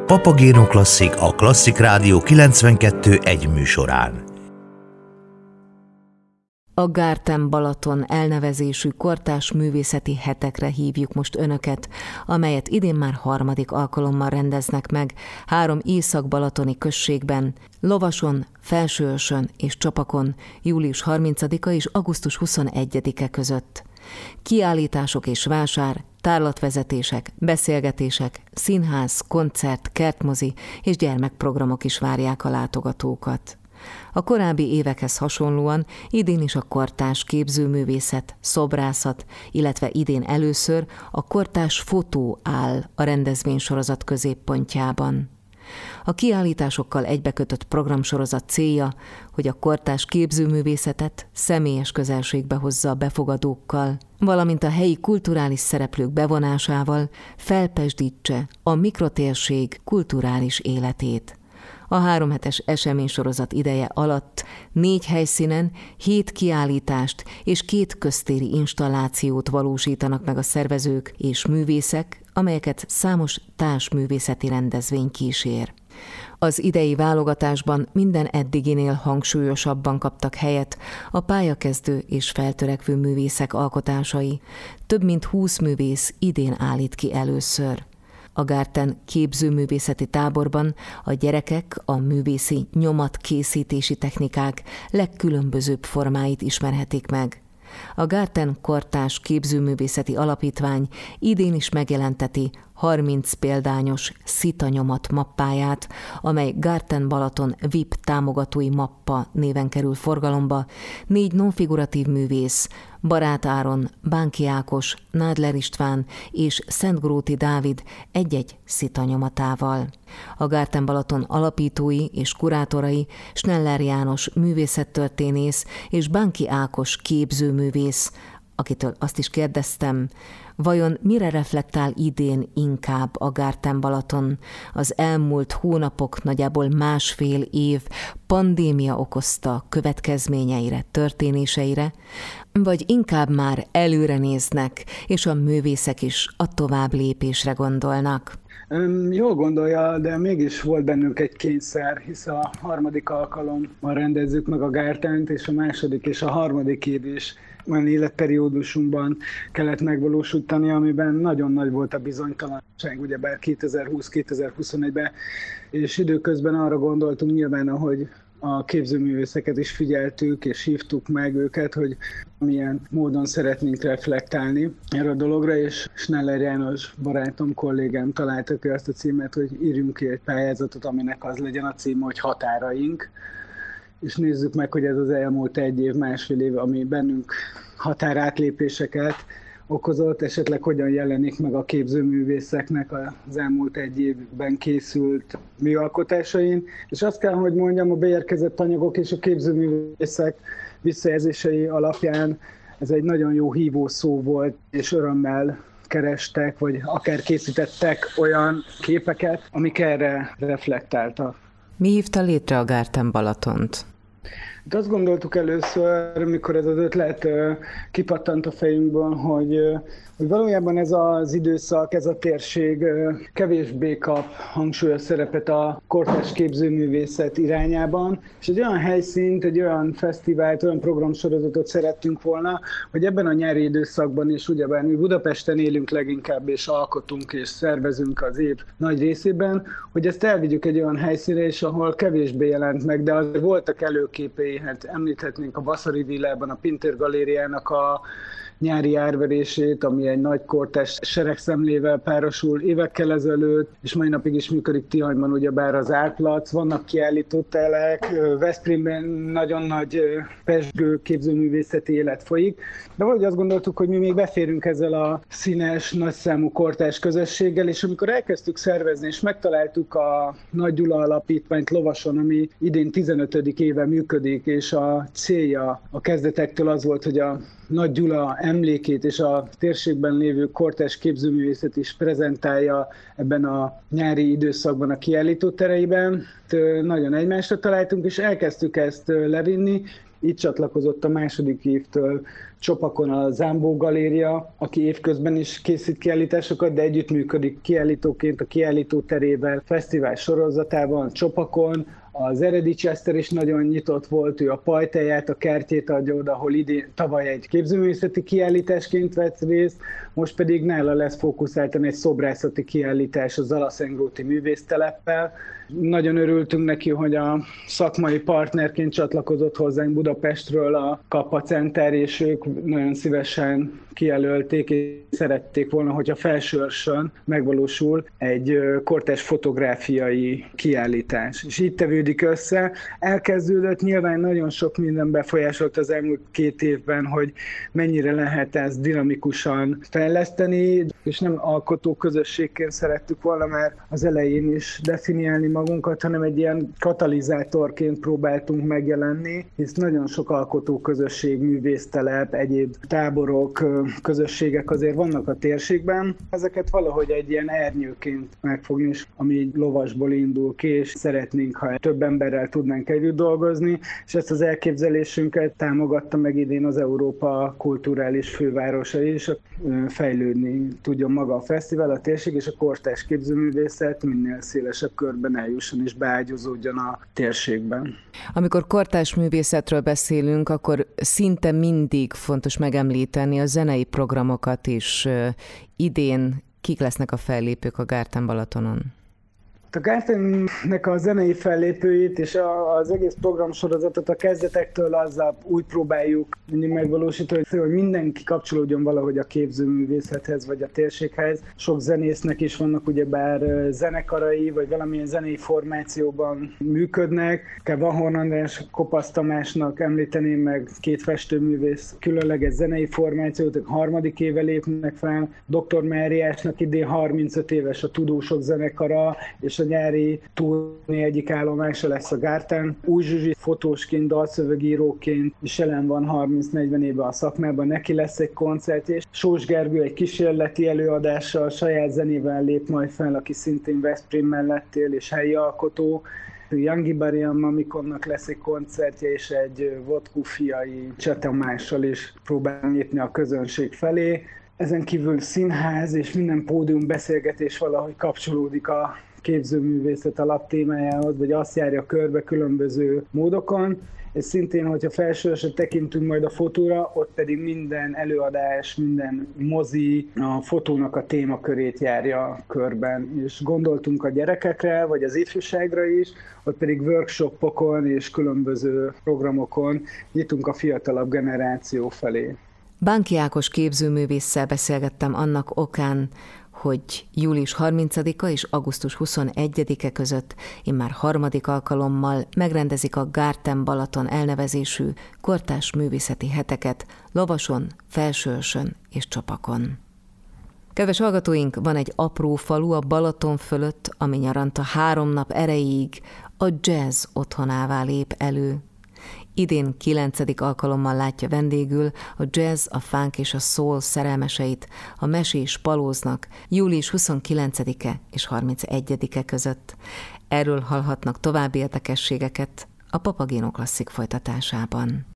Papagéno Klasszik a Klasszik Rádió 92.1 műsorán. A Gárten Balaton elnevezésű kortárs művészeti hetekre hívjuk most önöket, amelyet idén már harmadik alkalommal rendeznek meg 3 észak-balatoni községben, Lovason, Felsőörsön és Csapakon július 30-a és augusztus 21-e között. Kiállítások és vásár, tárlatvezetések, beszélgetések, színház, koncert, kertmozi és gyermekprogramok is várják a látogatókat. A korábbi évekhez hasonlóan idén is a kortárs képzőművészet, szobrászat, illetve idén először a kortárs fotó áll a rendezvénysorozat középpontjában. A kiállításokkal egybekötött programsorozat célja, hogy a kortárs képzőművészetet személyes közelségbe hozza a befogadókkal, valamint a helyi kulturális szereplők bevonásával felpezsdítse a mikrotérség kulturális életét. A 3 hetes eseménysorozat ideje alatt 4 helyszínen 7 kiállítást és 2 köztéri installációt valósítanak meg a szervezők és művészek, amelyeket számos társművészeti rendezvény kísér. Az idei válogatásban minden eddiginél hangsúlyosabban kaptak helyet a pályakezdő és feltörekvő művészek alkotásai. Több mint 20 művész idén állít ki először. A Gárten képzőművészeti táborban a gyerekek a művészi nyomatkészítési technikák legkülönbözőbb formáit ismerhetik meg. A Gárten Kortárs Képzőművészeti Alapítvány idén is megjelenteti 30 példányos szitanyomat mappáját, amely Gárten Balaton VIP támogatói mappa néven kerül forgalomba. 4 nonfiguratív művész, Barát Áron, Bánki Ákos, Nádler István és Szentgróti Dávid egy-egy szitanyomatával. A Gárten Balaton alapítói és kurátorai Schneller János művészettörténész és Bánki Ákos képzőművész, akitől azt is kérdeztem, vajon mire reflektál idén inkább a Gárten Balaton az elmúlt hónapok, nagyjából másfél év pandémia okozta következményeire, történéseire, vagy inkább már előre néznek, és a művészek is a tovább lépésre gondolnak? Jól gondolja, de mégis volt bennünk egy kényszer, hisz a 3. alkalommal rendezzük meg a Gártent, és a 2. és a 3. év is olyan életperiódusunkban kellett megvalósítani, amiben nagyon nagy volt a bizonytalanság, ugyebár 2020-2021-ben, és időközben arra gondoltunk nyilván, ahogy a képzőművészeket is figyeltük, és hívtuk meg őket, hogy milyen módon szeretnénk reflektálni erre a dologra, és Schneller János barátom, kollégám találta ki azt a címet, hogy írjunk ki egy pályázatot, aminek az legyen a címe, hogy Határaink, és nézzük meg, hogy ez az elmúlt 1 év, másfél év, ami bennünk határátlépéseket okozott, esetleg hogyan jelenik meg a képzőművészeknek az elmúlt 1 évben készült műalkotásain. És azt kell, hogy mondjam, a beérkezett anyagok és a képzőművészek visszajelzései alapján ez egy nagyon jó hívószó volt, és örömmel kerestek, vagy akár készítettek olyan képeket, amik erre reflektáltak. Mi hívta létre a Gárten Balatont? De azt gondoltuk először, mikor ez az ötlet kipattant a fejünkből, hogy valójában ez az időszak, ez a térség kevésbé kap hangsúlyos szerepet a kortárs képzőművészet irányában, és egy olyan helyszínt, egy olyan fesztivált, olyan programsorozatot szerettünk volna, hogy ebben a nyári időszakban is, ugyebár mi Budapesten élünk leginkább, és alkotunk és szervezünk az év nagy részében, hogy ezt elvigyük egy olyan helyszínre is, ahol kevésbé jelent meg, de azért voltak előképei, hát említhetnénk a Vasari Villában, a Pintér Galériának a nyári árverését, ami egy nagy kortárs seregszemlével párosul évekkel ezelőtt, és mai napig is működik Tihanyban ugyebár az Árplac, vannak kiállító telek, Veszprémben nagyon nagy pezsgő képzőművészeti élet folyik, de valahogy azt gondoltuk, hogy mi még beférünk ezzel a színes, nagyszámú kortárs közösséggel, és amikor elkezdtük szervezni, és megtaláltuk a Nagy Gyula Alapítványt Lovason, ami idén 15. éve működik, és a célja a kezdetektől az volt, hogy a Nagy Gyula emlékét és a térségben lévő kortárs képzőművészet is prezentálja ebben a nyári időszakban a kiállítótereiben. Nagyon egymásra találtunk, és elkezdtük ezt levinni, Itt csatlakozott a második évtől Csopakon a Zámbó Galéria, aki évközben is készít kiállításokat, de együttműködik kiállítóként a kiállító terével, fesztivál sorozatában, Csopakon. Az Eredi Chester is nagyon nyitott volt, ő a pajtáját, a kertjét adja oda, ahol tavaly egy képzőművészeti kiállításként vett részt, most pedig nála lesz fókuszáltan egy szobrászati kiállítás a Zalaszengróti művészteleppel. Nagyon örültünk neki, hogy a szakmai partnerként csatlakozott hozzánk Budapestről a Kappa Center, és ők nagyon szívesen kijelölték, és szerették volna, hogy a Felsőörsön megvalósul egy kortárs fotográfiai kiállítás. És így tevődik össze. Elkezdődött, nyilván nagyon sok minden befolyásolt az elmúlt 2 évben, hogy mennyire lehet ezt dinamikusan fejleszteni, és nem alkotó közösségként szerettük volna már az elején is definiálni magunkat, hanem egy ilyen katalizátorként próbáltunk megjelenni, hisz nagyon sok alkotó közösség, művésztelep, egyéb táborok, közösségek azért vannak a térségben. Ezeket valahogy egy ilyen ernyőként megfogni, és ami lovasból indul ki, és szeretnénk, ha több emberrel tudnánk együtt dolgozni, és ezt az elképzelésünket támogatta meg idén az Európa kulturális fővárosa is, fejlődni tudjon maga a fesztivál, a térség és a kortárs képzőművészet minél szélesebb körben eljusson és beágyazódjon a térségben. Amikor kortárs művészetről beszélünk, akkor szinte mindig fontos megemlíteni a zenei programokat is. Idén kik lesznek a fellépők a Gárten Balatonon? A Gártennek a zenei fellépőit és az egész programsorozatot a kezdetektől azzal úgy próbáljuk mindig megvalósítani, hogy mindenki kapcsolódjon valahogy a képzőművészethez vagy a térséghez. Sok zenésznek is vannak ugyebár zenekarai, vagy valamilyen zenei formációban működnek. Vahorn András, Kopasz Tamásnak említeném meg, 2 festőművész különleges zenei formációt, 3. éve lépnek fel. Dr. Máriásnak idén 35 éves a Tudósok zenekara, és a nyári turné egyik állomása lesz a Gárten. Új Zsuzsi fotósként, dalszövegíróként is jelen van 30-40 éve a szakmában, neki lesz egy koncert, és Sós Gergő egy kísérleti előadással, saját zenével lép majd fel, aki szintén Veszprém mellett él és helyi alkotó. Jangi Bariam Mamikonnak lesz egy koncertje, és egy Vodku fiai Csetamással is próbál nyitni a közönség felé. Ezen kívül színház és minden pódium beszélgetés valahogy kapcsolódik a képzőművészet alaptémájához, vagy azt járja körbe különböző módokon. És szintén, hogyha Felsőörsre tekintünk majd a fotóra, ott pedig minden előadás, minden mozi a fotónak a témakörét járja körben. És gondoltunk a gyerekekre, vagy az ifjúságra is, ott pedig workshopokon és különböző programokon nyitunk a fiatalabb generáció felé. Bánki Ákos képzőművésszel beszélgettem annak okán, hogy július 30-a és augusztus 21-e között immár 3. alkalommal megrendezik a Gárten Balaton elnevezésű kortárs művészeti heteket Lovason, Felsőörsön és Csopakon. Kedves hallgatóink, van egy apró falu a Balaton fölött, ami nyaranta 3 nap erejéig a jazz otthonává lép elő. Idén 9. alkalommal látja vendégül a jazz, a funk és a soul szerelmeseit a Mesés Palóznak július 29-e és 31-e között. Erről hallhatnak további érdekességeket a Papageno Klasszik folytatásában.